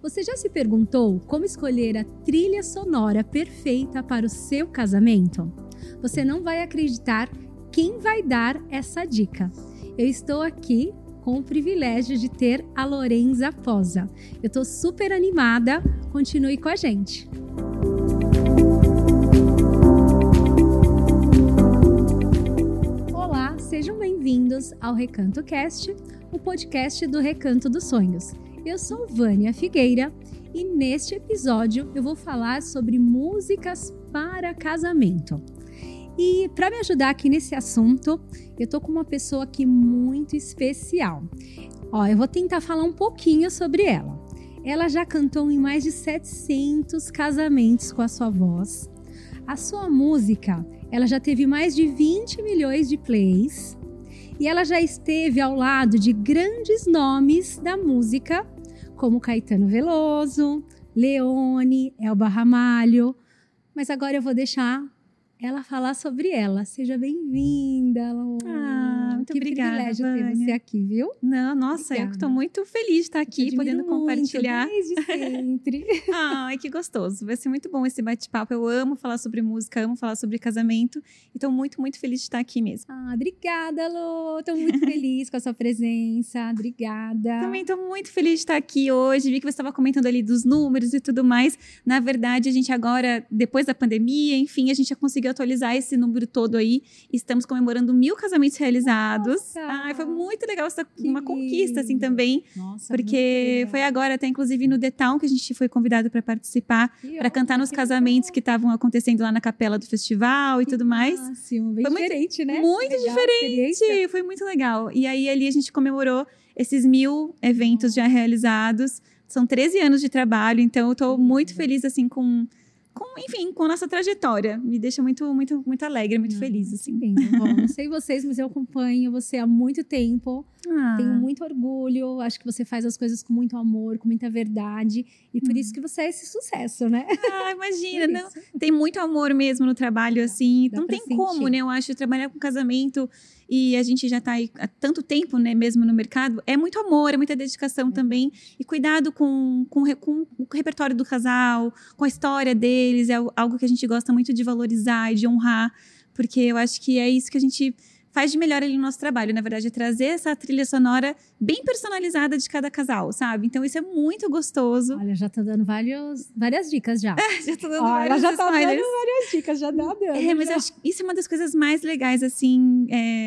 Você já se perguntou como escolher a trilha sonora perfeita para o seu casamento? Você não vai acreditar quem vai dar essa dica. Eu estou aqui com o privilégio de ter a Lorenza Posa. Eu estou super animada, continue com a gente. Olá, sejam bem-vindos ao Recanto Cast, o podcast do Recanto dos Sonhos. Eu sou Vânia Figueira e neste episódio eu vou falar sobre músicas para casamento. E para me ajudar aqui nesse assunto, eu tô com uma pessoa aqui muito especial. Eu vou tentar falar um pouquinho sobre ela. Ela já cantou em mais de 700 casamentos com a sua voz. A sua música, ela já teve mais de 20 milhões de plays. E ela já esteve ao lado de grandes nomes da música, como Caetano Veloso, Leone, Elba Ramalho. Mas agora eu vou deixar ela falar sobre ela. Seja bem-vinda, Lu. Muito obrigada, privilégio Vânia. ter você aqui, viu? Não, nossa, Obrigada. eu estou muito feliz de estar aqui, podendo compartilhar. Desde sempre. Ai, que gostoso. Vai ser muito bom esse bate-papo. Eu amo falar sobre música, amo falar sobre casamento. E estou muito, muito feliz de estar aqui mesmo. Obrigada, Lu. Estou muito feliz com a sua presença. Obrigada. Também estou muito feliz de estar aqui hoje. Vi que você estava comentando ali dos números e tudo mais. Na verdade, a gente agora, depois da pandemia, enfim, a gente já conseguiu atualizar esse número todo aí. Estamos comemorando 1000 casamentos realizados. Nossa, foi muito legal, uma lindo. conquista assim também. Nossa, Porque foi agora, até inclusive no The Town, que a gente foi convidado para participar, para cantar nos casamentos que estavam acontecendo lá na capela do festival e tudo mais. Máximo, bem Foi diferente, né? Muito Legal, diferente, foi muito legal. E aí ali a gente comemorou esses 1000 eventos já realizados. São 13 anos de trabalho, então eu tô muito feliz assim com a nossa trajetória. Me deixa muito, muito, muito alegre, muito feliz, assim. Bem, bom, não sei vocês, mas eu acompanho você há muito tempo. Tenho muito orgulho. Acho que você faz as coisas com muito amor, com muita verdade. E por isso que você é esse sucesso, né? Imagina. Não, tem muito amor mesmo no trabalho, assim. Dá Não pra tem sentir. como, né? Eu acho, trabalhar com casamento e a gente já tá aí há tanto tempo, né? Mesmo no mercado. É muito amor, é muita dedicação também. E cuidado com o repertório do casal, com a história deles. É algo que a gente gosta muito de valorizar e de honrar. Porque eu acho que é isso que a gente faz de melhor ali no nosso trabalho, na verdade, é trazer essa trilha sonora bem personalizada de cada casal, sabe? Então isso é muito gostoso. Olha, já tô dando várias dicas já. Já tô dando Ela vários já tá spoilers. dando várias dicas, já dá dando. Mas eu acho que isso é uma das coisas mais legais, assim.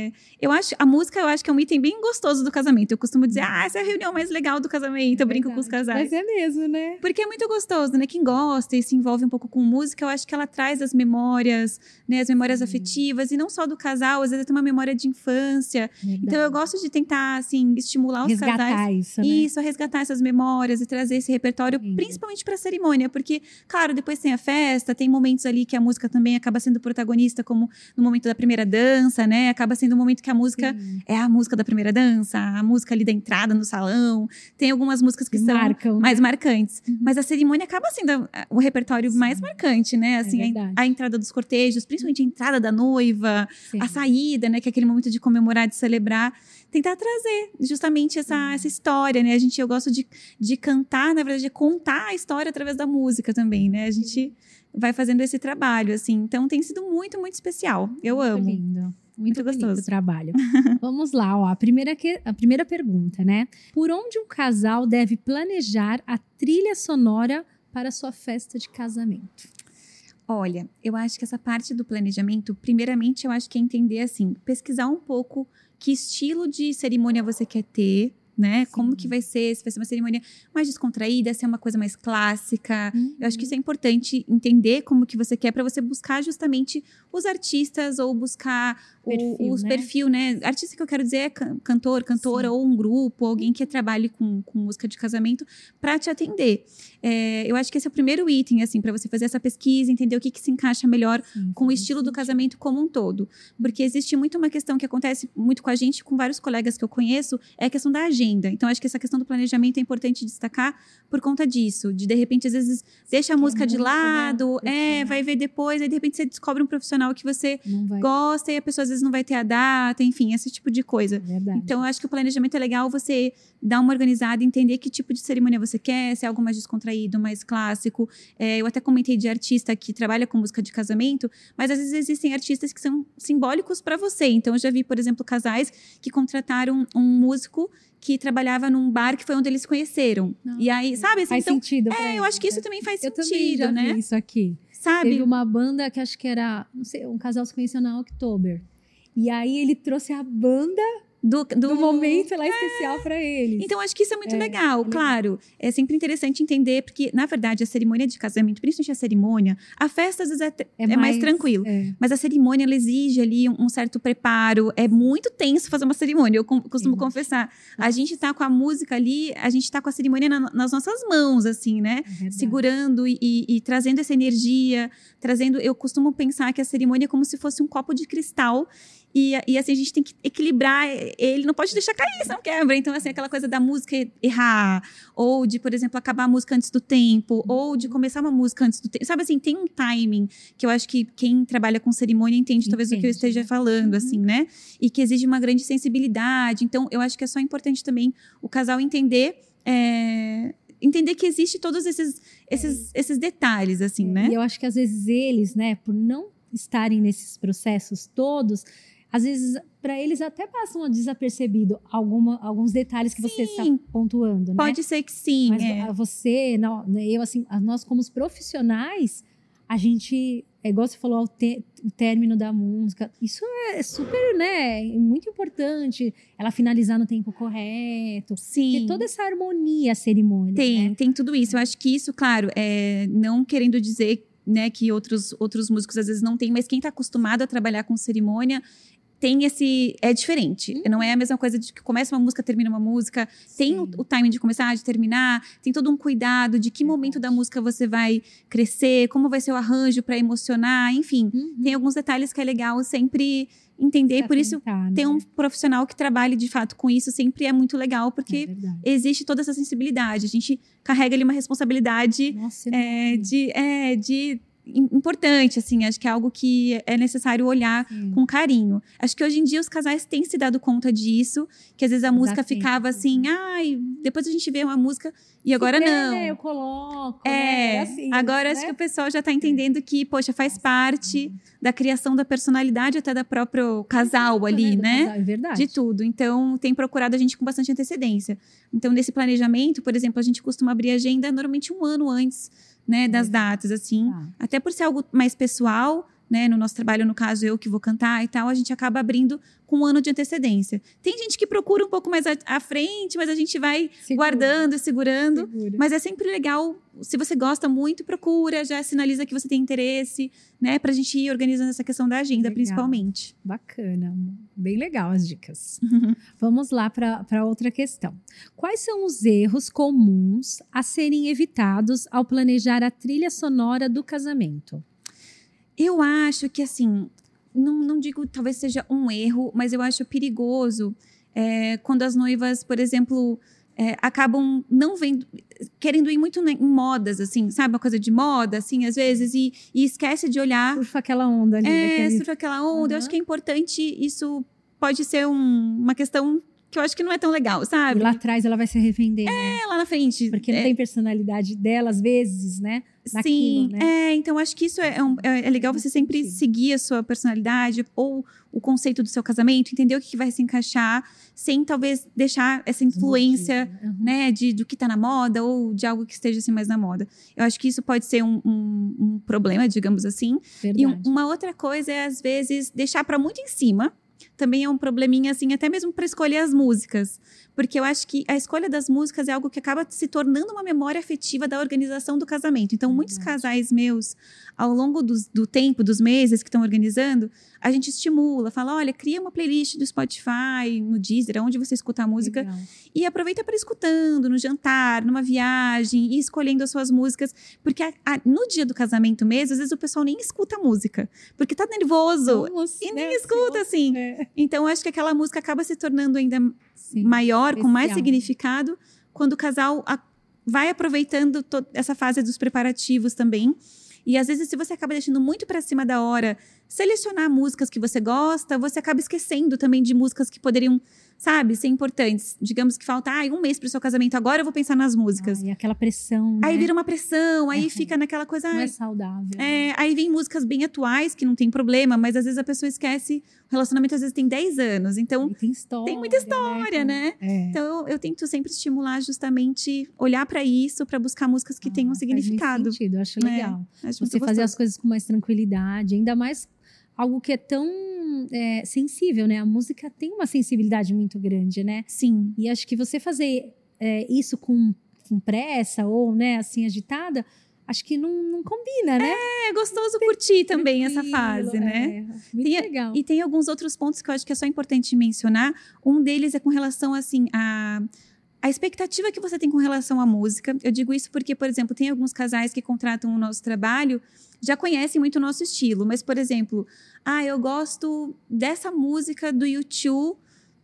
A música, eu acho que é um item bem gostoso do casamento. Eu costumo dizer, essa é a reunião mais legal do casamento. Eu brinco com os casais. Mas é mesmo, né? Porque é muito gostoso, né? Quem gosta e se envolve um pouco com música, eu acho que ela traz as memórias, né? As memórias afetivas, e não só do casal, às vezes tem uma memória de infância. Verdade. Então eu gosto de tentar, assim, estimular os casais. Isso, né? Isso, a resgatar essas memórias e trazer esse repertório, principalmente para a cerimônia. Porque, claro, depois tem a festa, tem momentos ali que a música também acaba sendo protagonista, como no momento da primeira dança, né? Acaba sendo um momento que a música é a música da primeira dança, a música ali da entrada no salão. Tem algumas músicas que são mais marcantes. Mas a cerimônia acaba sendo o repertório mais marcante, né? Assim, a entrada dos cortejos, principalmente a entrada da noiva, a saída, né? Que é aquele momento de comemorar, de celebrar. Tentar trazer justamente essa história, né? Eu gosto de cantar, na verdade, de contar a história através da música também, né? A gente vai fazendo esse trabalho, assim. Então, tem sido muito, muito especial. Eu amo. Lindo. Muito gostoso o trabalho. Vamos lá, a primeira pergunta, né? Por onde um casal deve planejar a trilha sonora para a sua festa de casamento? Olha, eu acho que essa parte do planejamento, primeiramente, eu acho que é entender, assim, pesquisar um pouco que estilo de cerimônia você quer ter, né? Sim. Como que vai ser, se vai ser uma cerimônia mais descontraída, se é uma coisa mais clássica. Eu acho que isso é importante entender como que você quer para você buscar justamente os artistas ou buscar os perfil, né? Artista que eu quero dizer é cantor, cantora, ou um grupo, alguém que trabalhe com música de casamento para te atender. Eu acho que esse é o primeiro item, assim, para você fazer essa pesquisa, entender o que se encaixa melhor com o estilo do casamento como um todo. Porque existe muito uma questão que acontece muito com a gente, com vários colegas que eu conheço, é a questão da agenda. agenda. Então, acho que essa questão do planejamento é importante destacar por conta disso. De repente, às vezes, deixa a música de lado, vai ver depois, aí de repente você descobre um profissional que você gosta e a pessoa às vezes não vai ter a data, enfim, esse tipo de coisa. Então, eu acho que o planejamento é legal você dar uma organizada, entender que tipo de cerimônia você quer, se é algo mais descontraído, mais clássico. Eu até comentei de artista que trabalha com música de casamento, mas às vezes existem artistas que são simbólicos para você. Então, eu já vi, por exemplo, casais que contrataram um músico que trabalhava num bar que foi onde eles se conheceram. E aí, sabe? Assim, faz sentido. Eu acho que isso também faz sentido, também já vi isso aqui. Sabe? Teve uma banda que acho que era, não sei, um casal se conheceu na October. E aí ele trouxe a banda do momento lá especial para eles. Então, acho que isso é muito legal. Claro, é sempre interessante entender, porque, na verdade, a cerimônia de casamento, principalmente a cerimônia, a festa às vezes é mais tranquilo. Mas a cerimônia, ela exige ali um certo preparo. É muito tenso fazer uma cerimônia, eu costumo confessar. A gente tá com a música ali, a gente tá com a cerimônia nas nossas mãos, assim, né? Segurando e trazendo essa energia, eu costumo pensar que a cerimônia é como se fosse um copo de cristal. E assim, a gente tem que equilibrar ele, não pode deixar cair, senão quebra. Então, assim, aquela coisa da música errar, ou de, por exemplo, acabar a música antes do tempo, ou de começar uma música antes do tempo. Sabe, assim, tem um timing que eu acho que quem trabalha com cerimônia entende talvez o que eu esteja falando, assim, né? E que exige uma grande sensibilidade. Então, eu acho que é só importante também o casal entender que existe todos esses detalhes, assim, né? E eu acho que às vezes eles, né, por não estarem nesses processos todos, às vezes, para eles até passam desapercebido alguns detalhes que você está pontuando, né? Pode ser que sim. Mas você, eu, assim, nós como profissionais, a gente, igual você falou, o término da música, isso é super, né, muito importante, ela finalizar no tempo correto. Sim. Tem toda essa harmonia, a cerimônia. Tem tudo isso. Eu acho que isso, claro, não querendo dizer, né, que outros músicos às vezes não têm, mas quem está acostumado a trabalhar com cerimônia tem é diferente. Não é a mesma coisa de que começa uma música, termina uma música. Tem o timing de começar, de terminar. Tem todo um cuidado de que momento da música você vai crescer, como vai ser o arranjo para emocionar, enfim. Tem alguns detalhes que é legal sempre entender. Por isso, ter um profissional que trabalhe de fato com isso sempre é muito legal, porque existe toda essa sensibilidade. A gente carrega ali uma responsabilidade importante, assim, acho que é algo que é necessário olhar com carinho. Acho que hoje em dia os casais têm se dado conta disso, que às vezes a música ficava assim, depois a gente vê uma música e agora não. Eu coloco. Assim, agora acho que o pessoal já tá entendendo que, poxa, faz parte da criação da personalidade até da próprio casal ali, né? Casal, é verdade. De tudo. Então, tem procurado a gente com bastante antecedência. Então, nesse planejamento, por exemplo, a gente costuma abrir a agenda normalmente 1 ano antes, né, das datas, assim. Até por ser algo mais pessoal, né, no nosso trabalho, no caso, eu que vou cantar e tal, a gente acaba abrindo com 1 ano de antecedência. Tem gente que procura um pouco mais à frente, mas a gente vai guardando e segurando. Mas é sempre legal, se você gosta muito, procura, já sinaliza que você tem interesse, né, pra gente ir organizando essa questão da agenda, principalmente. Bacana, bem legal as dicas. Vamos lá para outra questão. Quais são os erros comuns a serem evitados ao planejar a trilha sonora do casamento? Eu acho que, assim, não digo talvez seja um erro, mas eu acho perigoso quando as noivas, por exemplo, acabam não vendo, querendo ir muito em modas, assim, sabe? Uma coisa de moda, assim, às vezes, e esquece de olhar. Surfa aquela onda ali. Surfa aquela onda. Eu acho que é importante, isso pode ser uma questão que eu acho que não é tão legal, sabe? E lá atrás ela vai se arrepender, né? Lá na frente. Porque não tem personalidade dela, às vezes, né? Sim, né? Então acho que isso é legal você sempre seguir a sua personalidade ou o conceito do seu casamento, entender o que vai se encaixar, sem talvez deixar essa influência, né, do que tá na moda ou de algo que esteja assim mais na moda. Eu acho que isso pode ser um problema, digamos assim. Verdade. E uma outra coisa é, às vezes, deixar para muito em cima. Também é um probleminha, assim, até mesmo para escolher as músicas. Porque eu acho que a escolha das músicas é algo que acaba se tornando uma memória afetiva da organização do casamento. Então, muitos casais meus, ao longo do tempo, dos meses que estão organizando, a gente estimula, fala, olha, cria uma playlist do Spotify, no Deezer, onde você escuta a música. Legal. E aproveita para ir escutando, no jantar, numa viagem, e escolhendo as suas músicas. Porque no dia do casamento mesmo, às vezes o pessoal nem escuta a música. Porque tá nervoso. E nem escuta, assim. Então, eu acho que aquela música acaba se tornando ainda Sim, maior, com mais especial. significado, quando o casal vai aproveitando essa fase dos preparativos também. E às vezes, se você acaba deixando muito para cima da hora, selecionar músicas que você gosta, você acaba esquecendo também de músicas que poderiam, sabe, ser importantes. Digamos que falta 1 mês pro seu casamento, agora eu vou pensar nas músicas. E aquela pressão, Aí né? vira uma pressão, aí fica naquela coisa... Não é saudável. Aí vem músicas bem atuais, que não tem problema, mas às vezes a pessoa esquece. O relacionamento às vezes tem 10 anos, então E tem história. tem muita história, né? Então eu tento sempre estimular justamente olhar pra isso, pra buscar músicas que tenham um significado. Faz muito sentido, eu acho né? legal. Acho Você muito fazer gostoso. as coisas com mais tranquilidade, ainda mais algo que é tão sensível, né? A música tem uma sensibilidade muito grande, né? Sim. E acho que você fazer isso com pressa ou, né, assim, agitada, acho que não combina, né? É gostoso curtir também essa fase, né? Muito legal. E tem alguns outros pontos que eu acho que é só importante mencionar. Um deles é com relação, assim, a expectativa que você tem com relação à música. Eu digo isso porque, por exemplo, tem alguns casais que contratam o nosso trabalho, já conhecem muito o nosso estilo. Mas, por exemplo, eu gosto dessa música do U2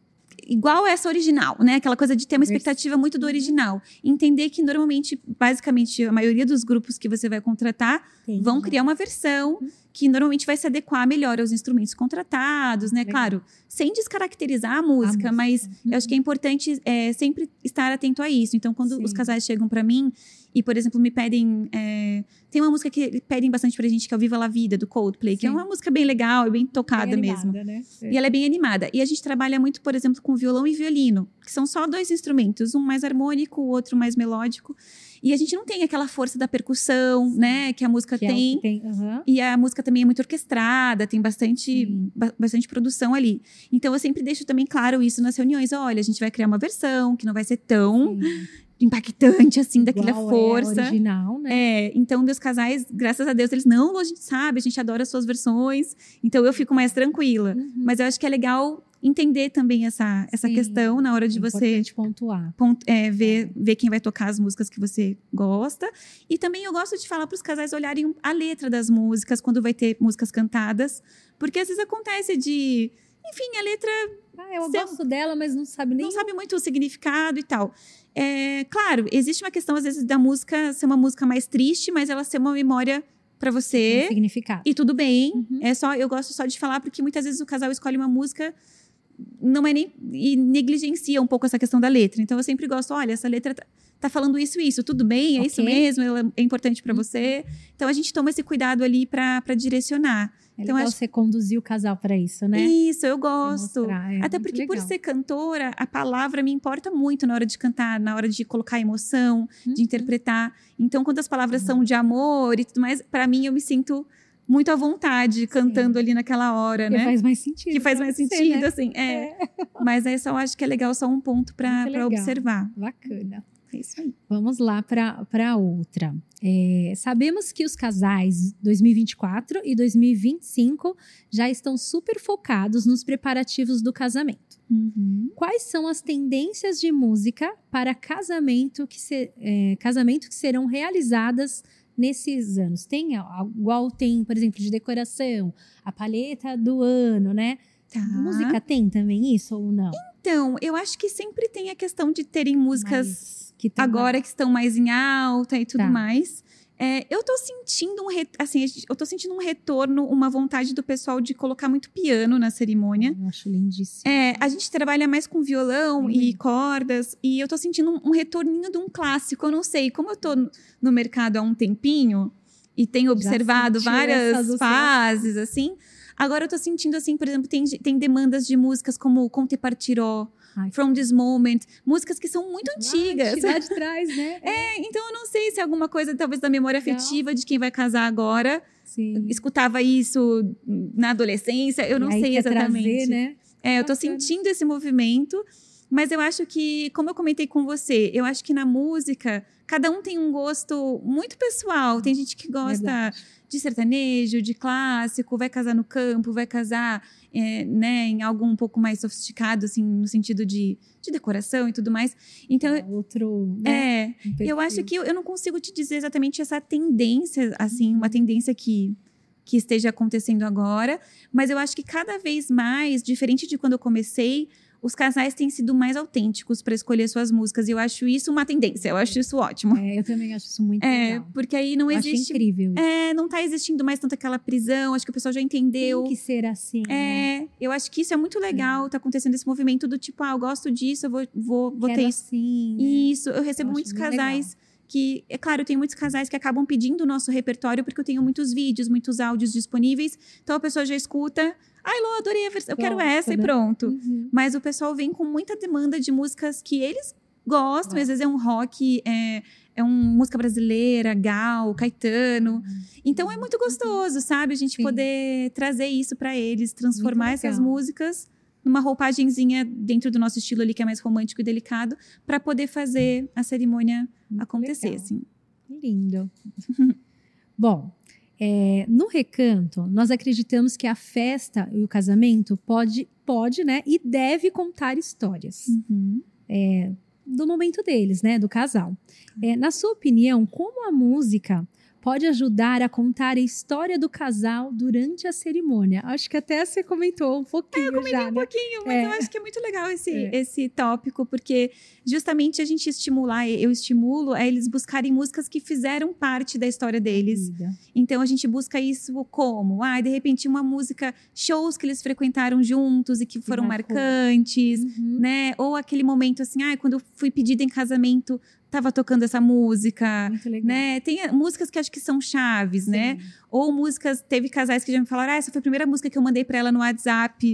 igual essa original, né? Aquela coisa de ter uma expectativa muito do original. Entender que, normalmente, basicamente, a maioria dos grupos que você vai contratar vão criar uma versão que normalmente vai se adequar melhor aos instrumentos contratados, né? Legal. Claro, sem descaracterizar a música, mas eu acho que é importante sempre estar atento a isso. Então, quando os casais chegam para mim e, por exemplo, me pedem... tem uma música que pedem bastante pra gente, que é o Viva La Vida, do Coldplay, que é uma música bem legal, bem tocada bem mesmo. animada, né? E ela é bem animada. E a gente trabalha muito, por exemplo, com violão e violino, que são só 2 instrumentos, um mais harmônico, o outro mais melódico. E a gente não tem aquela força da percussão, né, que a música tem. E a música também é muito orquestrada, tem bastante produção ali. Então, eu sempre deixo também claro isso nas reuniões. Olha, a gente vai criar uma versão que não vai ser tão impactante, assim, daquela força. Original, né? Então, meus casais, graças a Deus, eles não, a gente sabe, a gente adora as suas versões. Então, eu fico mais tranquila. Mas eu acho que é legal entender também essa questão na hora de você pontuar. Ver quem vai tocar as músicas que você gosta. E também eu gosto de falar para os casais olharem a letra das músicas quando vai ter músicas cantadas. Porque às vezes acontece de... Enfim, a letra... eu gosto dela, mas não sabe nem... Não sabe muito o significado e tal. Claro, existe uma questão, às vezes, da música ser uma música mais triste, mas ela ser uma memória para você. Tem significado. E tudo bem. Eu gosto só de falar, porque muitas vezes o casal escolhe uma música... Não é nem... E negligencia um pouco essa questão da letra. Então, eu sempre gosto... Olha, essa letra tá falando isso. Tudo bem? É isso mesmo? Ela é importante para você? Então, a gente toma esse cuidado ali para direcionar. Então, legal você conduzir o casal para isso, né? Isso, eu gosto. Até porque, por ser cantora, a palavra me importa muito na hora de cantar, na hora de colocar emoção, de interpretar. Então, quando as palavras são de amor e tudo mais, para mim, eu me sinto... muito à vontade, cantando ali naquela hora, né? Que faz mais sentido. Que faz mais sentido, né? assim. Mas aí só acho que é legal, só um ponto para observar. Bacana. É isso aí. Vamos lá para outra. Sabemos que os casais 2024 e 2025 já estão super focados nos preparativos do casamento. Quais são as tendências de música para casamento que serão realizadas nesses anos? Igual tem, por exemplo, de decoração, a palheta do ano, né? Música tem também isso ou não? Então, eu acho que sempre tem a questão de terem músicas que estão mais em alta e tudo mais. Eu tô sentindo um retorno, uma vontade do pessoal de colocar muito piano na cerimônia. Eu acho lindíssimo. A gente trabalha mais com violão e cordas, e eu tô sentindo um retorninho de um clássico. Eu não sei, como eu tô no mercado há um tempinho e tenho observado várias fases, assim. Agora eu tô sentindo, assim, por exemplo, tem demandas de músicas como Conte Partirò, From This Moment, músicas que são muito antigas. Lá de trás, né? Então eu não sei se é alguma coisa, talvez, da memória afetiva de quem vai casar agora. Sim. Escutava isso na adolescência, eu não sei exatamente. Trazer, né? Eu tô sentindo esse movimento, mas eu acho que, como eu comentei com você, eu acho que na música, cada um tem um gosto muito pessoal. Tem gente que gosta de sertanejo, de clássico, vai casar no campo, vai casar em algo um pouco mais sofisticado, assim, no sentido de decoração e tudo mais. Então, eu acho que eu não consigo te dizer exatamente essa tendência, assim, uma tendência que que esteja acontecendo agora. Mas eu acho que cada vez mais, diferente de quando eu comecei, os casais têm sido mais autênticos para escolher suas músicas. E eu acho isso uma tendência, eu acho isso ótimo. Eu também acho isso muito legal. Porque aí não existe... Acho incrível. Não tá existindo mais tanto aquela prisão, acho que o pessoal já entendeu. Tem que ser assim, né? Eu acho que isso é muito legal, tá acontecendo esse movimento do tipo, eu gosto disso, eu vou ter isso. Assim, né? Isso, eu recebo muitos casais que... É claro, eu tenho muitos casais que acabam pedindo o nosso repertório, porque eu tenho muitos vídeos, muitos áudios disponíveis. Então, a pessoa já escuta... Ai, Lô, adorei a versão, eu quero essa, e pronto. Uhum. Mas o pessoal vem com muita demanda de músicas que eles gostam. Às vezes é um rock, é uma música brasileira, Gal, Caetano. Então é muito gostoso, sabe? A gente poder trazer isso para eles, transformar essas músicas numa roupagenzinha dentro do nosso estilo ali, que é mais romântico e delicado, para poder fazer a cerimônia acontecer, assim. Lindo. Bom, no Recanto, nós acreditamos que a festa e o casamento pode, né, e deve contar histórias do momento deles, né, do casal. Na sua opinião, como a música pode ajudar a contar a história do casal durante a cerimônia? Acho que até você comentou um pouquinho eu comentei um pouquinho, mas eu acho que é muito legal esse tópico, porque justamente a gente eu estimulo a eles buscarem músicas que fizeram parte da história deles. Então, a gente busca isso como? De repente, uma música, shows que eles frequentaram juntos e que foram marcantes, né? Ou aquele momento assim, quando eu fui pedida em casamento, tava tocando essa música, né? Tem músicas que acho que são chaves, né? Ou músicas, teve casais que já me falaram, essa foi a primeira música que eu mandei pra ela no WhatsApp,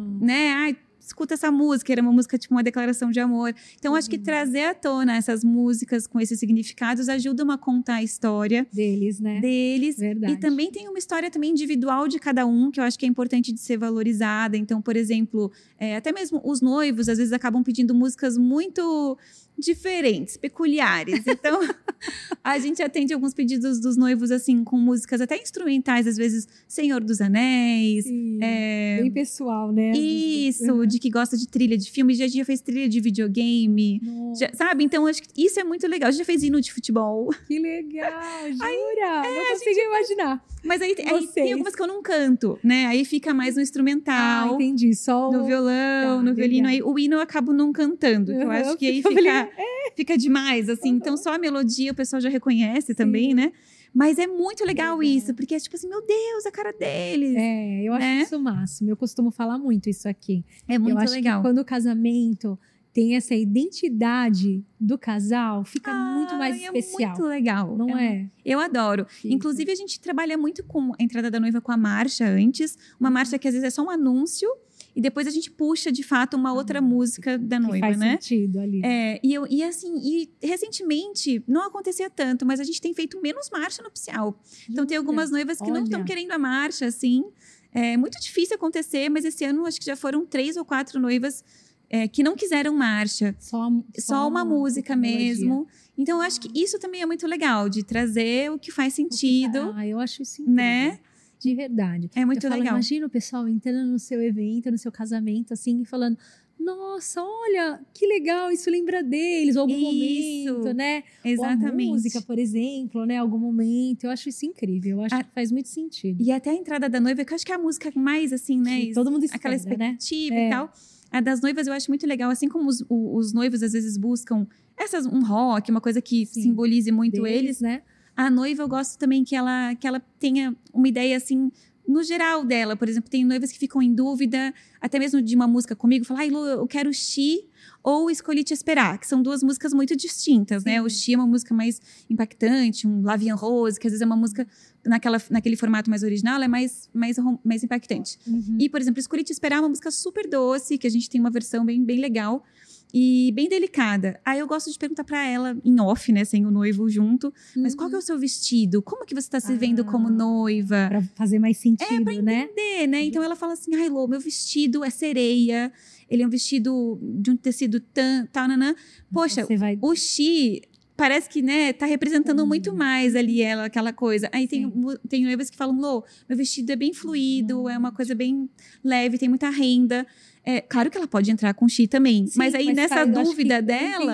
né? Escuta essa música, era uma música tipo uma declaração de amor. Então, acho que trazer à tona essas músicas com esses significados ajudam a contar a história deles, né? Verdade. E também tem uma história também individual de cada um, que eu acho que é importante de ser valorizada. Então, por exemplo, até mesmo os noivos, às vezes, acabam pedindo músicas muito diferentes, peculiares. Então, a gente atende alguns pedidos dos noivos, assim, com músicas até instrumentais, às vezes, Senhor dos Anéis. Bem pessoal, né? Isso, de que gosta de trilha de filme. Já fez trilha de videogame. Sabe? Então, acho que isso é muito legal. A gente já fez hino de futebol. Que legal, jura? Não consigo imaginar. Mas aí tem algumas que eu não canto, né? Aí fica mais no instrumental. Entendi. Só no violão, no violino. Aí o hino eu acabo não cantando. Eu acho que aí fica demais, assim. Então, só a melodia o pessoal já reconhece também, né? Mas é muito legal isso, porque é tipo assim, meu Deus, a cara deles. Eu acho isso o máximo. Eu costumo falar muito isso aqui. É muito legal. Eu acho que quando o casamento tem essa identidade do casal, fica muito mais especial. É muito legal. Não é? Eu adoro. Inclusive, a gente trabalha muito com a entrada da noiva com a marcha antes. Uma marcha que às vezes é só um anúncio. E depois a gente puxa, de fato, uma outra música da noiva, faz né? Sentido ali. E recentemente, não acontecia tanto, mas a gente tem feito menos marcha nupcial. Então, tem algumas noivas que não estão querendo a marcha, assim. É muito difícil acontecer, mas esse ano acho que já foram 3 ou 4 noivas que não quiseram marcha. Só uma música mesmo. Então, eu acho que isso também é muito legal, de trazer o que faz sentido. Eu acho isso incrível. Né? De verdade. É muito legal. Imagina o pessoal entrando no seu evento, no seu casamento, assim, e falando: nossa, olha, que legal, isso lembra deles, ou algum momento, né? Exatamente. Ou a música, por exemplo, né? Algum momento. Eu acho isso incrível, eu acho que faz muito sentido. E até a entrada da noiva, que eu acho que é a música mais, assim, né? Que todo mundo espera, aquela expectativa, né? E tal. A das noivas eu acho muito legal, assim como os noivos às vezes buscam um rock, uma coisa que simbolize muito eles, né? A noiva eu gosto também que ela tenha uma ideia, assim, no geral dela. Por exemplo, tem noivas que ficam em dúvida, até mesmo de uma música comigo, falam, Lu, eu quero Xi ou Escolhi Te Esperar, que são duas músicas muito distintas, né? O Xi é uma música mais impactante, um La Vie en Rose, que às vezes é uma música naquele formato mais original, ela é mais impactante. E, por exemplo, Escolhi Te Esperar é uma música super doce, que a gente tem uma versão bem, bem legal e bem delicada. Aí eu gosto de perguntar pra ela, em off, né, sem o noivo junto, mas qual que é o seu vestido? Como que você tá se vendo como noiva? Pra fazer mais sentido, pra entender, né? Então ela fala assim, Lô, meu vestido é sereia, ele é um vestido de um tecido tal, nanã. Poxa, o Xi parece que, né, tá representando muito mais ali aquela coisa. Aí tem noivas que falam, Lô, meu vestido é bem fluido, é uma coisa bem leve, tem muita renda. Claro que ela pode entrar com Xi também, mas aí nessa dúvida dela,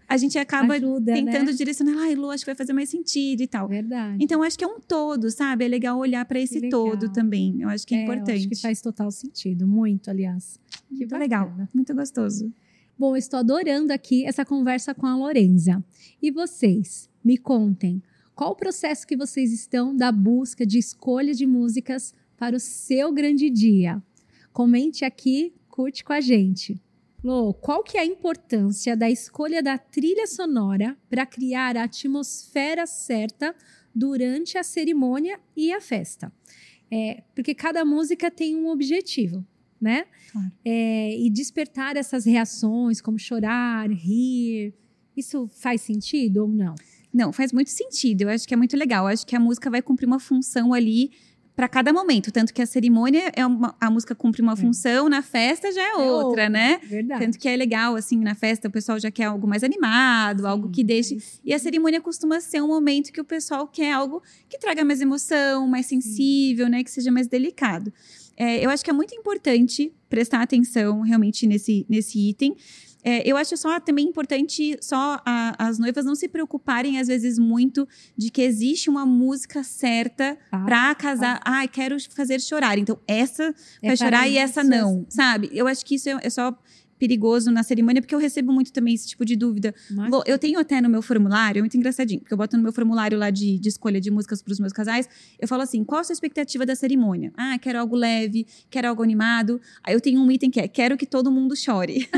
a gente acaba Ajuda, tentando né? direcionar, ai, Lu, acho que vai fazer mais sentido e tal. Verdade. Então, acho que é um todo, sabe? É legal olhar para esse todo também. Eu acho que é importante. Eu acho que faz total sentido, muito, aliás. Que muito legal, muito gostoso. Bom, eu estou adorando aqui essa conversa com a Lorenza. E vocês, me contem, qual o processo que vocês estão da busca de escolha de músicas para o seu grande dia? Comente aqui, curte com a gente. Lô, qual que é a importância da escolha da trilha sonora para criar a atmosfera certa durante a cerimônia e a festa? Porque cada música tem um objetivo, né? Claro. E despertar essas reações, como chorar, rir, isso faz sentido ou não? Não, faz muito sentido. Eu acho que é muito legal. Eu acho que a música vai cumprir uma função ali para cada momento. Tanto que a cerimônia a música cumpre uma função, na festa já é outra, né? Verdade. Tanto que é legal, assim, na festa o pessoal já quer algo mais animado, sim, algo que deixe... E a cerimônia costuma ser um momento que o pessoal quer algo que traga mais emoção, mais sensível, né? Que seja mais delicado. Eu acho que é muito importante prestar atenção realmente nesse item. Eu acho também importante as noivas não se preocuparem, às vezes, muito de que existe uma música certa para casar. Quero fazer chorar. Então, essa vai chorar e essa não, sabe? Eu acho que isso é só perigoso na cerimônia, porque eu recebo muito também esse tipo de dúvida. Eu tenho até no meu formulário, é muito engraçadinho, porque eu boto no meu formulário lá de escolha de músicas para os meus casais, eu falo assim, qual a sua expectativa da cerimônia? Quero algo leve, quero algo animado. Aí eu tenho um item que quero que todo mundo chore.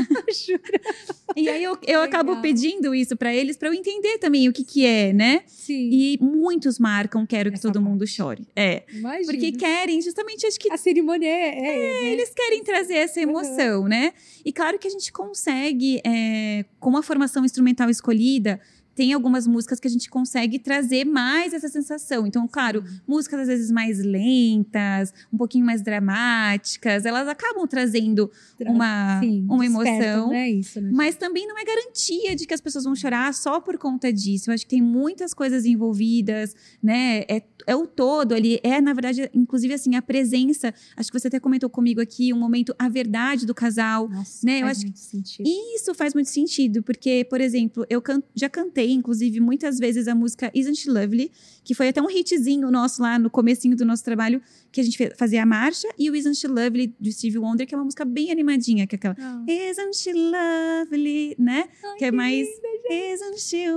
E aí eu acabo pedindo isso para eles, para eu entender também o que é, né? Sim. E muitos marcam quero que todo mundo chore. Imagina. Porque querem, justamente, acho que... A cerimônia eles querem trazer essa emoção, né? E claro que a gente consegue, com a formação instrumental escolhida, tem algumas músicas que a gente consegue trazer mais essa sensação. Então, claro, músicas às vezes mais lentas, um pouquinho mais dramáticas, elas acabam trazendo uma emoção. Né? Isso, né? Mas também não é garantia de que as pessoas vão chorar só por conta disso. Eu acho que tem muitas coisas envolvidas, né? É o todo ali. Na verdade, inclusive, assim, a presença. Acho que você até comentou comigo aqui, um momento, a verdade do casal. Nossa, né? faz muito sentido. Isso faz muito sentido, porque, por exemplo, eu já cantei, inclusive, muitas vezes a música Isn't She Lovely, que foi até um hitzinho nosso lá no comecinho do nosso trabalho, que a gente fazia a marcha, e o Isn't She Lovely, do Stevie Wonder, que é uma música bem animadinha, que é aquela Isn't She Lovely, né? Que é mais Isn't She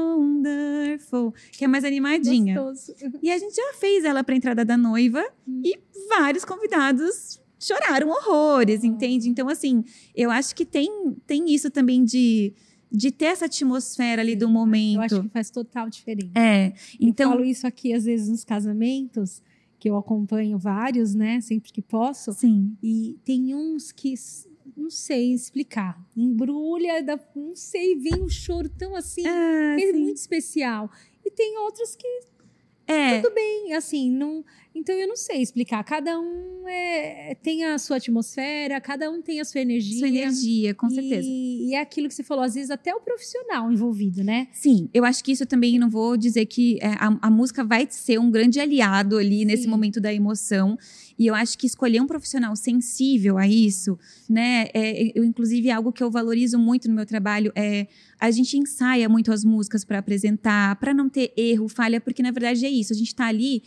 Wonderful, que é mais animadinha. Gostoso. E a gente já fez ela pra entrada da noiva, e vários convidados choraram horrores, entende? Então, assim, eu acho que tem isso também de ter essa atmosfera ali do momento. Eu acho que faz total diferença. Então... Eu falo isso aqui, às vezes, nos casamentos, que eu acompanho vários, né? Sempre que posso. Sim. E tem uns que, não sei explicar, embrulha, não sei, vem um choro tão assim, é muito especial. E tem outros que tudo bem, assim, não... Então, eu não sei explicar. Cada um tem a sua atmosfera, cada um tem a sua energia. Sua energia, com certeza. E é aquilo que você falou, às vezes até o profissional envolvido, né? Sim, eu acho que isso também, não vou dizer que a música vai ser um grande aliado ali nesse momento da emoção. E eu acho que escolher um profissional sensível a isso, né? Inclusive, algo que eu valorizo muito no meu trabalho a gente ensaia muito as músicas para apresentar, para não ter erro, falha, porque na verdade é isso. A gente está ali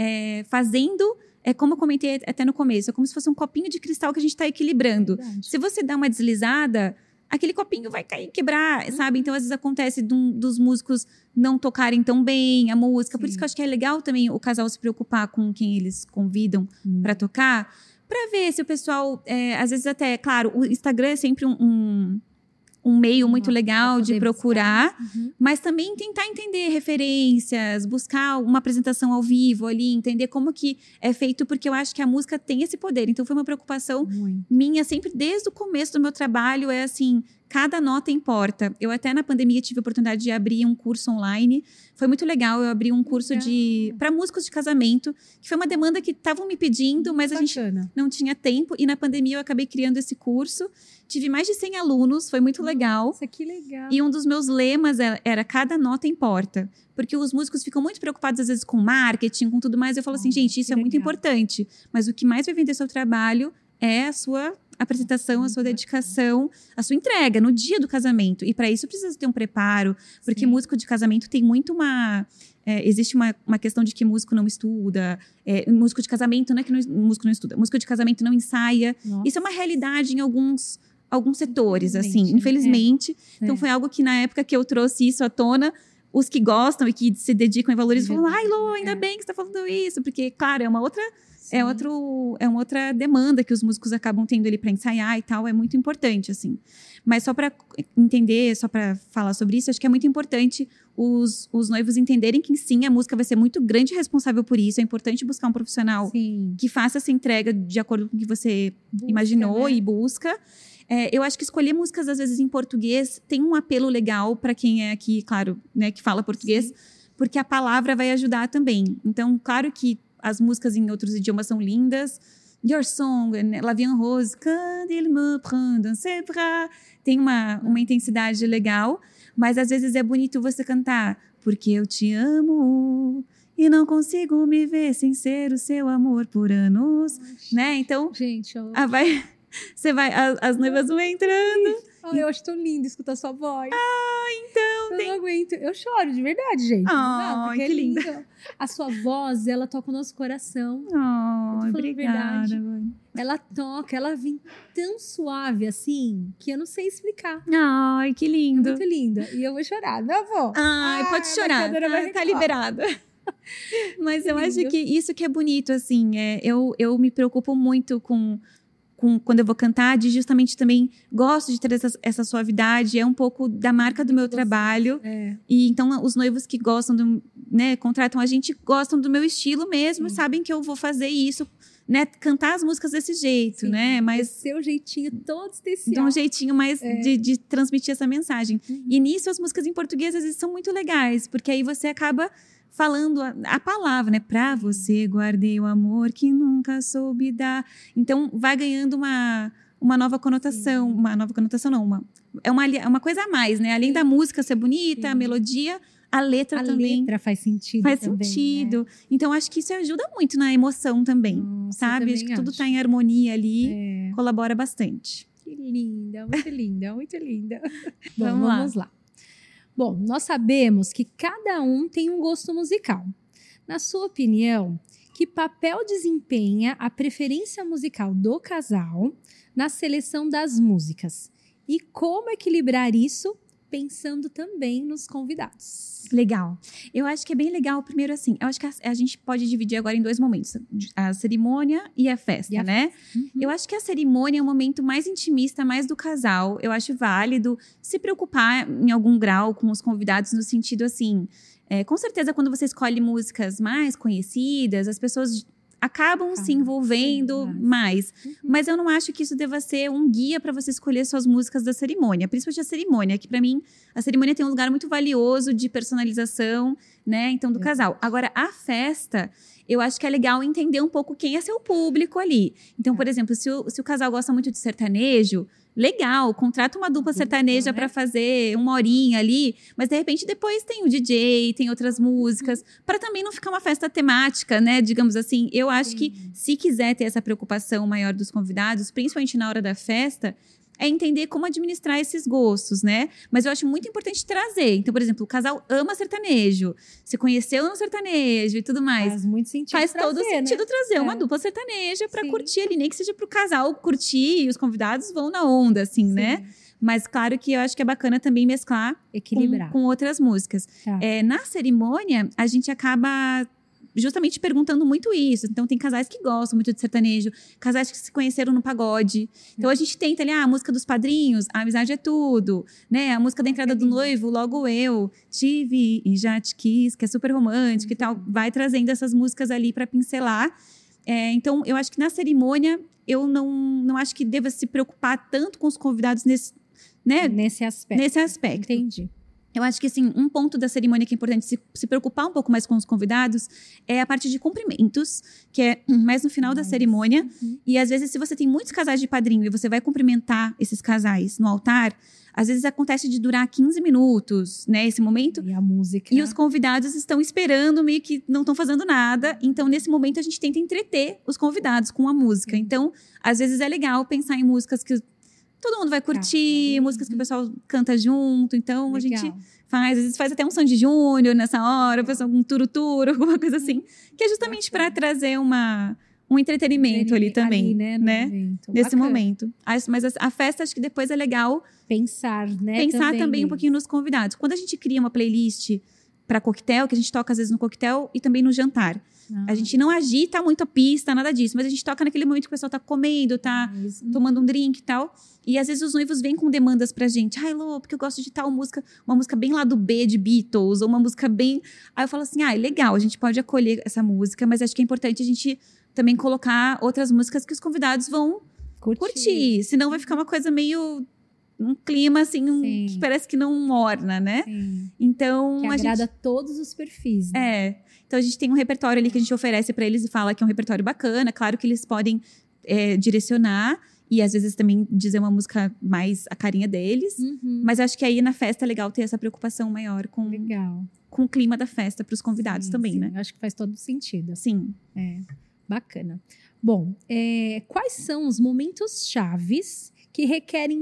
fazendo, como eu comentei até no começo, é como se fosse um copinho de cristal que a gente está equilibrando. Verdade. Se você dá uma deslizada, aquele copinho vai cair, quebrar, sabe? Então, às vezes acontece dos músicos não tocarem tão bem a música. Por isso que eu acho que é legal também o casal se preocupar com quem eles convidam para tocar, para ver se o pessoal, às vezes até, claro, o Instagram é sempre um meio muito legal de procurar, mas também tentar entender referências, buscar uma apresentação ao vivo ali, entender como que é feito, porque eu acho que a música tem esse poder. Então, foi uma preocupação minha sempre, desde o começo do meu trabalho, assim, cada nota importa. Eu até na pandemia tive a oportunidade de abrir um curso online. Foi muito legal. Eu abri um curso para músicos de casamento, que foi uma demanda que estavam me pedindo, mas a gente não tinha tempo. E na pandemia eu acabei criando esse curso. Tive mais de 100 alunos, foi muito legal. Nossa, que legal. E um dos meus lemas era cada nota importa. Porque os músicos ficam muito preocupados, às vezes, com marketing, com tudo mais. Eu falo assim, gente, isso é muito importante. Mas o que mais vai vender seu trabalho é a sua apresentação, a sua dedicação, a sua entrega no dia do casamento. E para isso precisa ter um preparo, porque músico de casamento tem muito existe uma questão de que músico não estuda, músico de casamento não é que músico não estuda, músico de casamento não ensaia. Nossa. Isso é uma realidade em alguns setores, assim, infelizmente. Então foi algo que na época que eu trouxe isso à tona, os que gostam e que se dedicam e valorizam falam, ai, Lô, ainda bem que você está falando isso, porque, claro, é uma outra demanda que os músicos acabam tendo ali para ensaiar e tal, é muito importante, assim. Mas só para entender, só para falar sobre isso, acho que é muito importante os noivos entenderem que, sim, a música vai ser muito grande e responsável por isso. É importante buscar um profissional que faça essa entrega de acordo com o que você imaginou, né? E busca. Eu acho que escolher músicas, às vezes, em português tem um apelo legal para quem é aqui, claro, né, que fala português, porque a palavra vai ajudar também. Então, claro que as músicas em outros idiomas são lindas. Your Song, La Vie en Rose, Quand il me prend dans ses bras, tem uma intensidade legal, mas às vezes é bonito você cantar porque eu te amo e não consigo me ver sem ser o seu amor por anos, né? Então, gente, as noivas vão entrando. Eu acho tão lindo escutar sua voz. Então. Eu não aguento. Eu choro, de verdade, gente. Não, que lindo. A sua voz, ela toca o nosso coração. Obrigada. Ela toca, ela vem tão suave assim, que eu não sei explicar. Ai, que lindo. É muito linda. E eu vou chorar, não vou? Pode chorar. Tá liberada. Mas eu acho que isso que é bonito, assim. Eu me preocupo muito com quando eu vou cantar, de justamente também gosto de ter essa suavidade, é um pouco da marca do meu trabalho. E então os noivos que gostam contratam a gente, gostam do meu estilo mesmo, sabem que eu vou fazer isso, né, cantar as músicas desse jeito, né? Mas seu jeitinho todo especial. De um jeitinho mais de transmitir essa mensagem. E nisso as músicas em português às vezes são muito legais, porque aí você acaba falando a palavra, né? Pra você guardei o amor que nunca soube dar. Então, vai ganhando uma nova conotação. Uma nova conotação, não. É uma coisa a mais, né? Além da música ser bonita, a melodia, a letra também. A letra faz sentido. Faz sentido. Né? Então, acho que isso ajuda muito na emoção também. Sabe? Acho que tudo tá em harmonia ali. Colabora bastante. Que linda, muito linda, muito linda. Bom, vamos lá. Bom, nós sabemos que cada um tem um gosto musical. Na sua opinião, que papel desempenha a preferência musical do casal na seleção das músicas? E como equilibrar isso pensando também nos convidados? Legal. Eu acho que é bem legal, primeiro assim, eu acho que a gente pode dividir agora em dois momentos, a cerimônia e a festa, né? Eu acho que a cerimônia é um momento mais intimista, mais do casal. Eu acho válido se preocupar em algum grau com os convidados, no sentido assim, com certeza quando você escolhe músicas mais conhecidas, as pessoas acabam se envolvendo mais. Mas eu não acho que isso deva ser um guia para você escolher suas músicas da cerimônia. Principalmente a cerimônia, que para mim, a cerimônia tem um lugar muito valioso de personalização, né? Então, do casal. Agora, a festa, eu acho que é legal entender um pouco quem é seu público ali. Então, por exemplo, se o casal gosta muito de sertanejo, legal, contrata uma dupla sertaneja para fazer uma horinha ali, mas de repente depois tem o DJ, tem outras músicas, para também não ficar uma festa temática, né? Digamos assim, eu acho que se quiser ter essa preocupação maior dos convidados, principalmente na hora da festa, é entender como administrar esses gostos, né? Mas eu acho muito importante trazer. Então, por exemplo, o casal ama sertanejo, se conheceu no sertanejo e tudo mais. Faz muito sentido. Faz todo sentido trazer uma dupla sertaneja para curtir ali, nem que seja pro casal curtir e os convidados vão na onda, assim, né? Mas claro que eu acho que é bacana também mesclar, equilibrar com outras músicas. Na cerimônia, a gente acaba justamente perguntando muito isso. Então, tem casais que gostam muito de sertanejo, casais que se conheceram no pagode. Então, a gente tenta ali, a música dos padrinhos, a amizade é tudo, né? A música da entrada do noivo, logo eu, tive e já te quis, que é super romântica e tal. Vai trazendo essas músicas ali para pincelar. Então, eu acho que na cerimônia, eu não acho que deva se preocupar tanto com os convidados nesse aspecto. Entendi. Eu acho que, assim, um ponto da cerimônia que é importante se preocupar um pouco mais com os convidados é a parte de cumprimentos, que é mais no final da cerimônia. E, às vezes, se você tem muitos casais de padrinho e você vai cumprimentar esses casais no altar, às vezes acontece de durar 15 minutos, né? Esse momento. E a música. E os convidados estão esperando, meio que não estão fazendo nada. Então, nesse momento, a gente tenta entreter os convidados com a música. Então, às vezes é legal pensar em músicas que todo mundo vai curtir, músicas que o pessoal canta junto. Então, a gente faz, às vezes faz até um Sandy Júnior nessa hora, o pessoal com um turuturo, alguma coisa assim. Que é justamente para trazer um entretenimento ali também, ali, né? Nesse momento. Mas a festa, acho que depois é legal pensar, né? Pensar também um pouquinho nos convidados. Quando a gente cria uma playlist para coquetel, que a gente toca às vezes no coquetel e também no jantar. A gente não agita muito a pista, nada disso, mas a gente toca naquele momento que o pessoal tá comendo, tá tomando um drink e tal. E às vezes os noivos vêm com demandas pra gente. Ai, Lô, porque eu gosto de tal música, uma música bem lá do B de Beatles, ou uma música bem... Aí eu falo assim, legal, a gente pode acolher essa música, mas acho que é importante a gente também colocar outras músicas que os convidados vão curtir. Senão vai ficar uma coisa meio... um clima, assim, que parece que não orna, né? Sim. Então, que agrada todos os perfis, né? Então, a gente tem um repertório ali que a gente oferece para eles e fala que é um repertório bacana. Claro que eles podem direcionar e, às vezes, também dizer uma música mais a carinha deles. Mas acho que aí, na festa, é legal ter essa preocupação maior com o clima da festa para os convidados também, né? Acho que faz todo sentido. Sim. Bacana. Bom, quais são os momentos chaves que requerem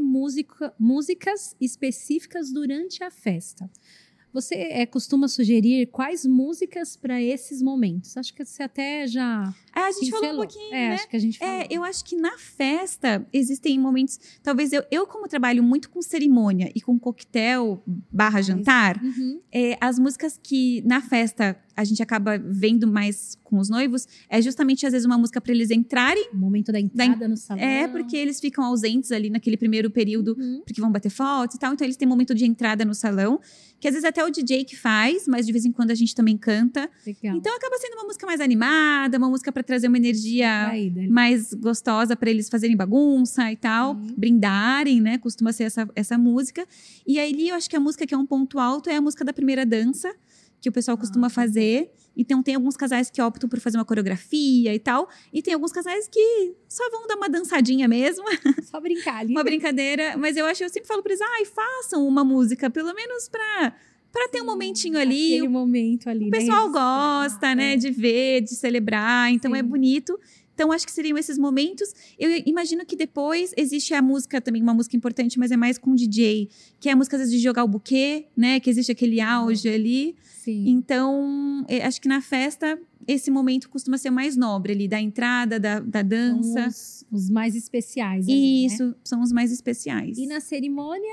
músicas específicas durante a festa? Você costuma sugerir quais músicas para esses momentos? Acho que você até já... A gente falou um pouquinho, né? Acho que a gente falou. Eu acho que na festa existem momentos... Talvez eu como trabalho muito com cerimônia e com coquetel / jantar, as músicas que na festa a gente acaba vendo mais com os noivos é justamente, às vezes, uma música para eles entrarem. O momento da entrada no salão. Porque eles ficam ausentes ali naquele primeiro período, porque vão bater fotos e tal. Então, eles têm momento de entrada no salão, que às vezes até o DJ que faz, mas de vez em quando a gente também canta. Legal. Então, acaba sendo uma música mais animada, uma música para trazer uma energia mais gostosa para eles fazerem bagunça e tal, brindarem, né? Costuma ser essa música. E aí, eu acho que a música que é um ponto alto é a música da primeira dança, que o pessoal costuma fazer. Então, tem alguns casais que optam por fazer uma coreografia e tal. E tem alguns casais que só vão dar uma dançadinha mesmo. Só brincar ali. Uma brincadeira. Mas eu sempre falo para eles, façam uma música, pelo menos para ter um momentinho ali. Aquele momento ali, o pessoal gosta, né? De ver, de celebrar. Então, é bonito. Então, acho que seriam esses momentos. Eu imagino que depois existe a música também, uma música importante, mas é mais com o DJ. Que é a música, às vezes, de jogar o buquê, né? Que existe aquele auge ali. Sim. Então, acho que na festa, esse momento costuma ser mais nobre ali. Da entrada, da dança. São os mais especiais ali, Isso, são os mais especiais. E na cerimônia...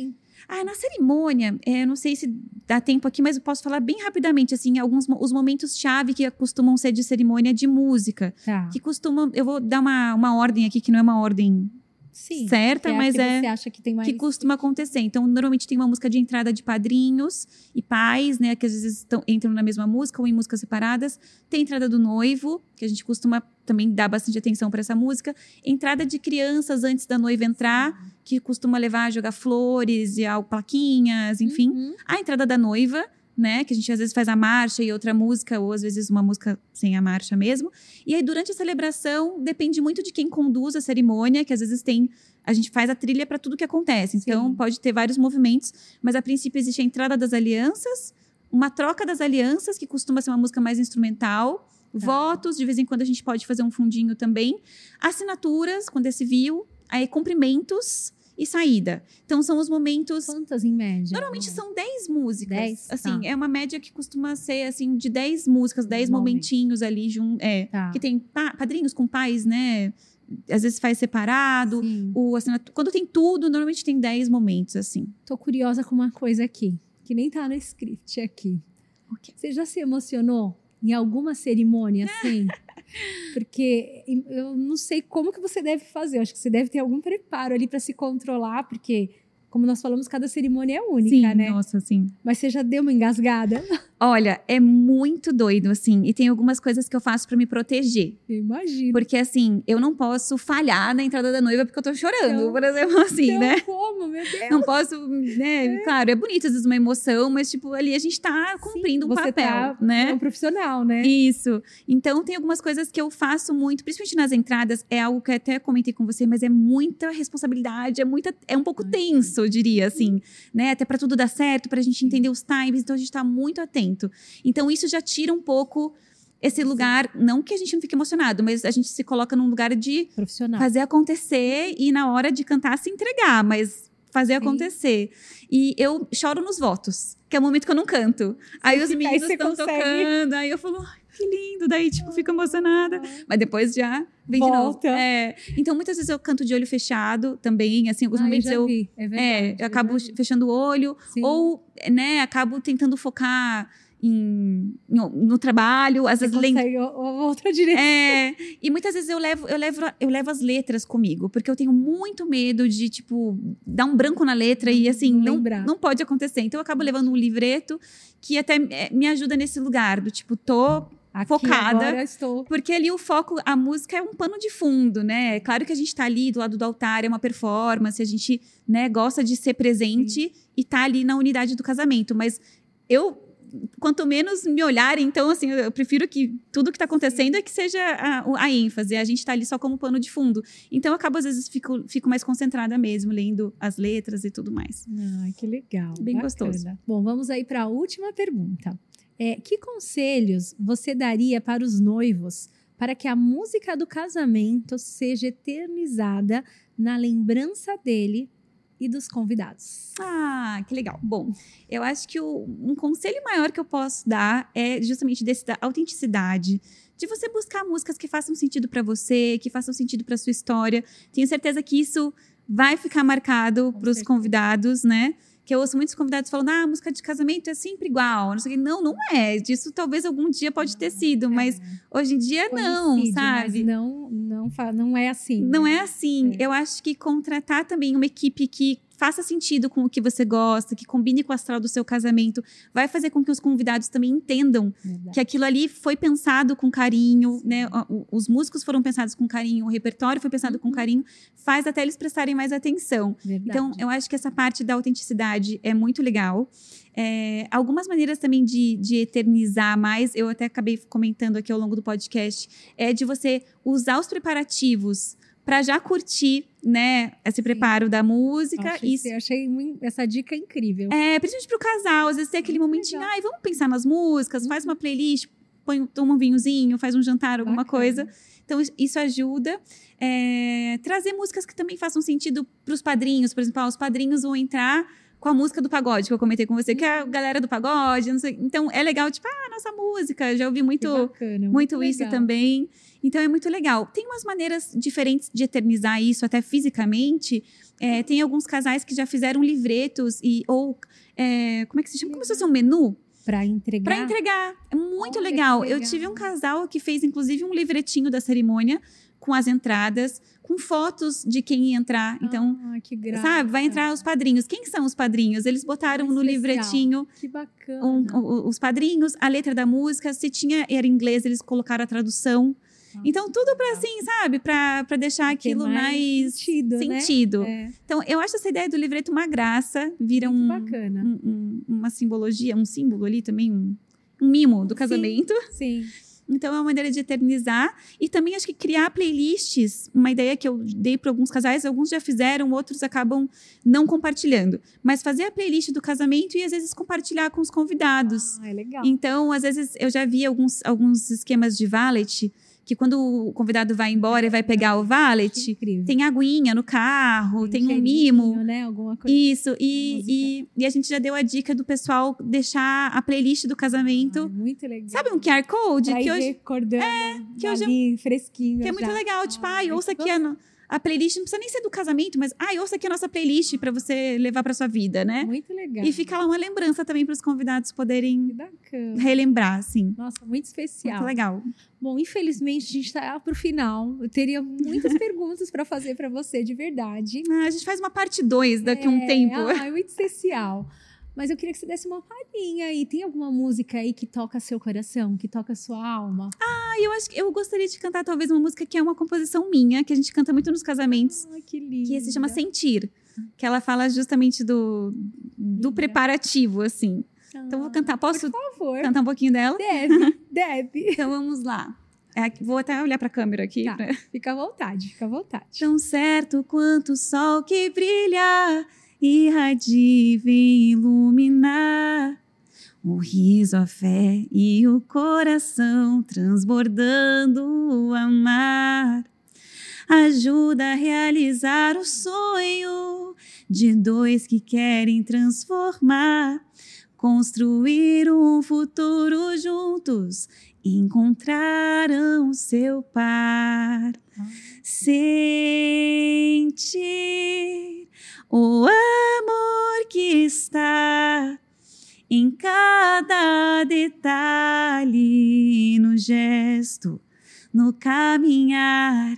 na cerimônia, não sei se dá tempo aqui, mas eu posso falar bem rapidamente, assim, os momentos-chave que costumam ser de cerimônia de música. Que costumam... Eu vou dar uma ordem aqui, que não é uma ordem certa, mas você acha que tem mais... que costuma acontecer. Então, normalmente tem uma música de entrada de padrinhos e pais, né? Que às vezes entram na mesma música ou em músicas separadas. Tem a entrada do noivo, que a gente costuma também dar bastante atenção para essa música. Entrada de crianças antes da noiva entrar, que costuma levar a jogar flores e plaquinhas, enfim. A entrada da noiva, né? Que a gente às vezes faz a marcha e outra música, ou às vezes uma música sem a marcha mesmo. E aí, durante a celebração, depende muito de quem conduz a cerimônia, que às vezes a gente faz a trilha para tudo que acontece. Então, pode ter vários movimentos, mas a princípio existe a entrada das alianças, uma troca das alianças, que costuma ser uma música mais instrumental, votos, de vez em quando a gente pode fazer um fundinho também, assinaturas, quando é civil, aí cumprimentos e saída. Então, são os momentos... Quantas em média? Normalmente são 10 músicas. 10? Assim, é uma média que costuma ser, assim, de 10 músicas, 10 momentinhos ali. Que tem padrinhos com pais, né? Às vezes faz separado. Quando tem tudo, normalmente tem 10 momentos, assim. Tô curiosa com uma coisa aqui, que nem tá no script aqui. Você já se emocionou em alguma cerimônia, assim? Porque eu não sei como que você deve fazer. Eu acho que você deve ter algum preparo ali para se controlar, porque, como nós falamos, cada cerimônia é única, né? Nossa, sim. Mas você já deu uma engasgada? Olha, é muito doido, assim. E tem algumas coisas que eu faço pra me proteger. Eu imagino. Porque, assim, eu não posso falhar na entrada da noiva porque eu tô chorando, Não. por exemplo, assim, Então, né? como, meu Deus? Não posso, né? Claro, é bonito às vezes uma emoção, mas, tipo, ali a gente tá cumprindo um Você papel, tá, né? É um profissional, né? Isso. Então, tem algumas coisas que eu faço muito, principalmente nas entradas, é algo que eu até comentei com você, mas é muita responsabilidade, é um pouco tenso, eu diria, assim, né? Até pra tudo dar certo, pra gente entender os times, então a gente tá muito atento. Então, isso já tira um pouco esse lugar, não que a gente não fique emocionado, mas a gente se coloca num lugar de Profissional. fazer acontecer e na hora de cantar se entregar, mas fazer acontecer. E eu choro nos votos, que é o momento que eu não canto. Aí os meninos estão tocando, aí eu falo, ai, que lindo, daí tipo, fico emocionada. Mas depois já vem Volta. de novo. Então muitas vezes eu canto de olho fechado também, assim, alguns momentos eu vi. É verdade. eu acabo fechando o olho, Sim. ou, né, acabo tentando focar no trabalho, às vezes outra direção. E muitas vezes eu levo as letras comigo, porque eu tenho muito medo de, tipo, dar um branco na letra e, assim, não pode acontecer. Então, eu acabo levando um livreto que até me ajuda nesse lugar, do tipo, tô Aqui, focada. Agora estou. Porque ali o foco, a música é um pano de fundo, né? É claro que a gente tá ali do lado do altar, é uma performance, a gente, né, gosta de ser presente e tá ali na unidade do casamento, mas quanto menos me olharem, então, assim, eu prefiro que tudo que tá acontecendo é que seja a ênfase. A gente tá ali só como pano de fundo. Então, eu acabo, às vezes, fico mais concentrada mesmo, lendo as letras e tudo mais. Ai, que legal. Bem bacana. gostoso. Bom, vamos aí para a última pergunta. Que conselhos você daria para os noivos para que a música do casamento seja eternizada na lembrança dele e dos convidados? Ah, que legal. Bom, eu acho que um conselho maior que eu posso dar é justamente desse da autenticidade, de você buscar músicas que façam sentido para você, que façam sentido para sua história. Tenho certeza que isso vai ficar marcado para os convidados, né? Que eu ouço muitos convidados falando, a música de casamento é sempre igual. Não sei o que. Não é. Disso talvez algum dia pode ter sido, mas hoje em dia não, sabe? Mas não é assim. Não é assim. Eu acho que contratar também uma equipe que faça sentido com o que você gosta, que combine com o astral do seu casamento, vai fazer com que os convidados também entendam que aquilo ali foi pensado com carinho, né? Os músicos foram pensados com carinho, o repertório foi pensado com carinho, faz até eles prestarem mais atenção. Verdade. Então, eu acho que essa parte da autenticidade é muito legal. Algumas maneiras também de eternizar mais, eu até acabei comentando aqui ao longo do podcast, é de você usar os preparativos para já curtir, né, esse preparo da música. Eu achei essa dica incrível. Principalmente pro casal, às vezes tem aquele momentinho, vamos pensar nas músicas, faz uma playlist, toma um vinhozinho, faz um jantar, alguma coisa. Então, isso ajuda. Trazer músicas que também façam sentido pros padrinhos, por exemplo, os padrinhos vão entrar com a música do pagode, que eu comentei com você, que é a galera do pagode, não sei. Então, é legal, tipo, nossa música, já ouvi muito isso também. Então, é muito legal. Tem umas maneiras diferentes de eternizar isso, até fisicamente. Tem alguns casais que já fizeram livretos como é que se chama? Como se fosse um menu? Para entregar? Para entregar. É muito legal. Eu tive um casal que fez, inclusive, um livretinho da cerimônia com as entradas, com fotos de quem ia entrar. Então, que graça. Sabe, vai entrar os padrinhos. Quem são os padrinhos? Eles botaram no livretinho os padrinhos, a letra da música. Se era em inglês, eles colocaram a tradução. Então, tudo para assim, sabe? Para deixar aquilo mais sentido. Né? Então, eu acho essa ideia do livreto uma graça. Vira uma simbologia, um símbolo ali também, um mimo do casamento. Sim. Então, é uma maneira de eternizar. E também, acho que criar playlists, uma ideia que eu dei para alguns casais, alguns já fizeram, outros acabam não compartilhando. Mas fazer a playlist do casamento e, às vezes, compartilhar com os convidados. É legal. Então, às vezes, eu já vi alguns esquemas de valet, que quando o convidado vai embora e vai pegar o valet, tem aguinha no carro, tem um mimo. Né? Alguma coisa. Isso, e a gente já deu a dica do pessoal deixar a playlist do casamento. Muito legal. Sabe um QR Code? Pra que hoje recordando que hoje ali, fresquinho. Que é muito legal, tipo, ouça aqui a playlist, não precisa nem ser do casamento, mas ouça aqui a nossa playlist para você levar para sua vida, né? Muito legal. E fica lá uma lembrança também para os convidados poderem relembrar, assim. Nossa, muito especial. Muito legal. Bom, infelizmente a gente está pro final. Eu teria muitas perguntas para fazer para você, de verdade. A gente faz uma parte 2 daqui a um tempo. É muito especial. Mas eu queria que você desse uma palhinha aí. Tem alguma música aí que toca seu coração, que toca sua alma? Eu acho que eu gostaria de cantar talvez uma música que é uma composição minha, que a gente canta muito nos casamentos. Que lindo. Que se chama Sentir. Que ela fala justamente do preparativo, assim. Então, eu vou cantar. Posso por favor. Cantar um pouquinho dela? Deve. Então, vamos lá. Vou até olhar pra câmera aqui. Tá. Fica à vontade. Tão certo quanto o sol que brilha, irradia e vem iluminar o riso, a fé e o coração transbordando o amar. Ajuda a realizar o sonho de dois que querem transformar, construir um futuro juntos, encontraram seu par. Sentir o amor que está em cada detalhe, no gesto, no caminhar.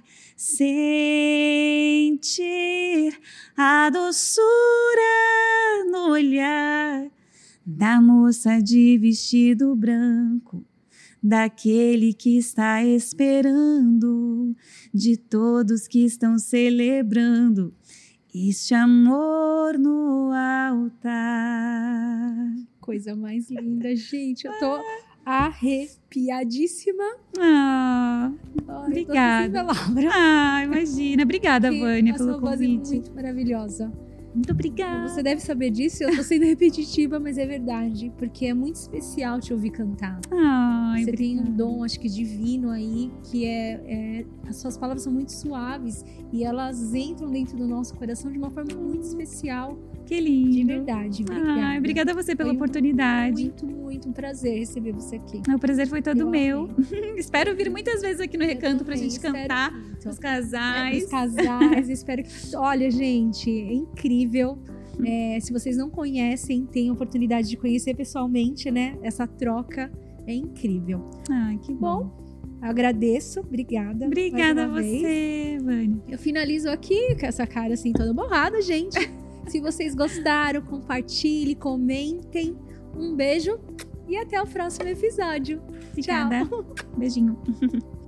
Sentir a doçura no olhar da moça de vestido branco, daquele que está esperando, de todos que estão celebrando este amor no altar. Coisa mais linda, gente. Eu tô arrepiadíssima. Obrigada. Imagina. Obrigada, Vânia, pelo convite. Voz é muito maravilhosa. Muito obrigada. Você deve saber disso, eu tô sendo repetitiva, mas é verdade, porque é muito especial te ouvir cantar. Você tem um dom, acho que divino aí, que as suas palavras são muito suaves e elas entram dentro do nosso coração de uma forma muito especial. Que lindo. De verdade, obrigada. Obrigada a você pela oportunidade. Muito um prazer receber você aqui. O prazer foi todo meu. Espero vir muitas vezes aqui no Recanto pra gente cantar os casais. Espero que... Olha, gente, é incrível. Se vocês não conhecem, tem a oportunidade de conhecer pessoalmente, né? Essa troca é incrível. Que bom. Agradeço, obrigada. Obrigada a você, Vânia. Eu finalizo aqui com essa cara assim toda borrada, gente. Se vocês gostaram, compartilhem, comentem. Um beijo e até o próximo episódio. Obrigada. Tchau. Beijinho.